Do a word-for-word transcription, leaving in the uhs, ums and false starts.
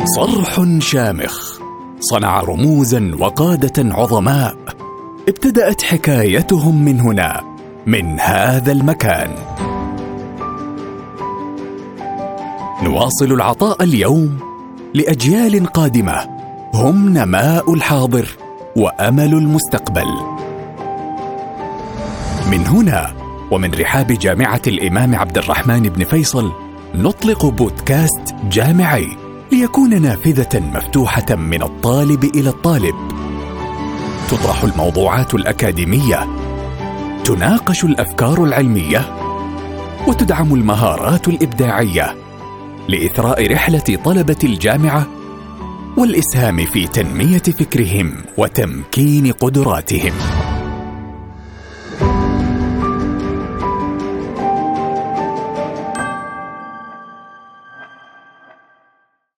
صرح شامخ صنع رموزا وقادة عظماء، ابتدأت حكايتهم من هنا، من هذا المكان. نواصل العطاء اليوم لأجيال قادمة، هم نماء الحاضر وأمل المستقبل. من هنا ومن رحاب جامعة الإمام عبد الرحمن بن فيصل نطلق بودكاست جامعي، ليكون نافذة مفتوحة من الطالب إلى الطالب. تطرح الموضوعات الأكاديمية، تناقش الأفكار العلمية، وتدعم المهارات الإبداعية لإثراء رحلة طلبة الجامعة والإسهام في تنمية فكرهم وتمكين قدراتهم.